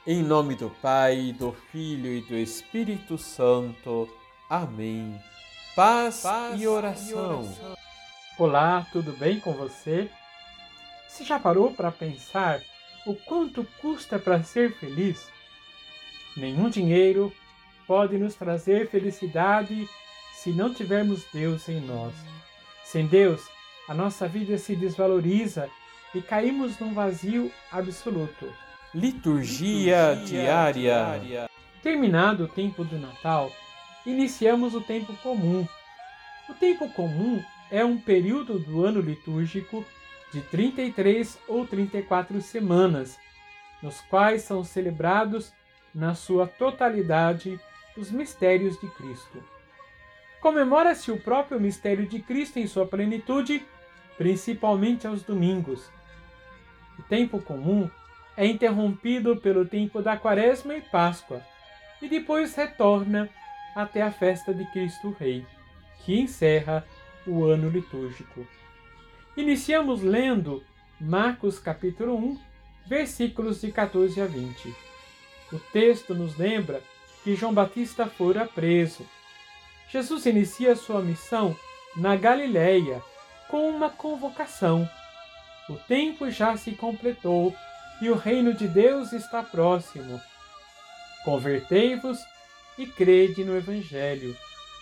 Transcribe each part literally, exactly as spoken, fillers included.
Em nome do Pai, do Filho e do Espírito Santo. Amém. Paz, Paz e, oração. e oração. Olá, tudo bem com você? Você já parou para pensar o quanto custa para ser feliz? Nenhum dinheiro pode nos trazer felicidade se não tivermos Deus em nós. Sem Deus, a nossa vida se desvaloriza e caímos num vazio absoluto. Liturgia, Liturgia diária. diária. Terminado o tempo do Natal, iniciamos o tempo comum. O tempo comum é um período do ano litúrgico de trinta e três ou trinta e quatro semanas, nos quais são celebrados, na sua totalidade, os mistérios de Cristo. Comemora-se o próprio mistério de Cristo em sua plenitude, principalmente aos domingos. O tempo comum é interrompido pelo tempo da Quaresma e Páscoa, e depois retorna até a festa de Cristo Rei, que encerra o ano litúrgico. Iniciamos lendo Marcos capítulo um, versículos de catorze a vinte. O texto nos lembra que João Batista fora preso. Jesus inicia sua missão na Galileia com uma convocação. O tempo já se completou e o reino de Deus está próximo. Convertei-vos e crede no Evangelho.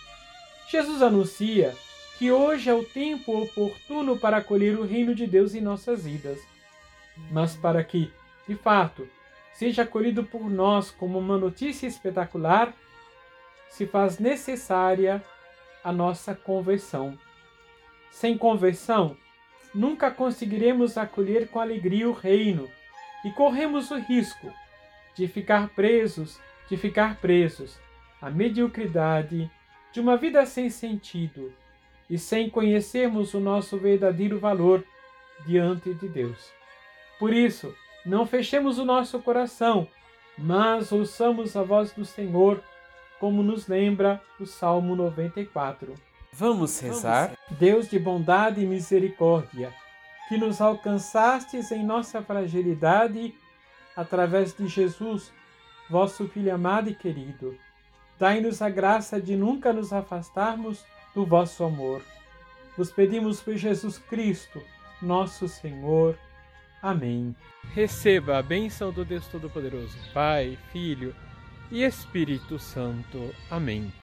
Jesus anuncia que hoje é o tempo oportuno para acolher o reino de Deus em nossas vidas. Mas para que, de fato, seja acolhido por nós como uma notícia espetacular, se faz necessária a nossa conversão. Sem conversão, nunca conseguiremos acolher com alegria o reino e corremos o risco de ficar presos, de ficar presos à mediocridade de uma vida sem sentido e sem conhecermos o nosso verdadeiro valor diante de Deus. Por isso, não fechemos o nosso coração, mas ouçamos a voz do Senhor, como nos lembra o Salmo noventa e quatro. Vamos rezar? Deus de bondade e misericórdia, que nos alcançastes em nossa fragilidade, através de Jesus, vosso Filho amado e querido, dai-nos a graça de nunca nos afastarmos do vosso amor. Vos pedimos por Jesus Cristo, nosso Senhor. Amém. Receba a bênção do Deus Todo-Poderoso, Pai, Filho e Espírito Santo. Amém.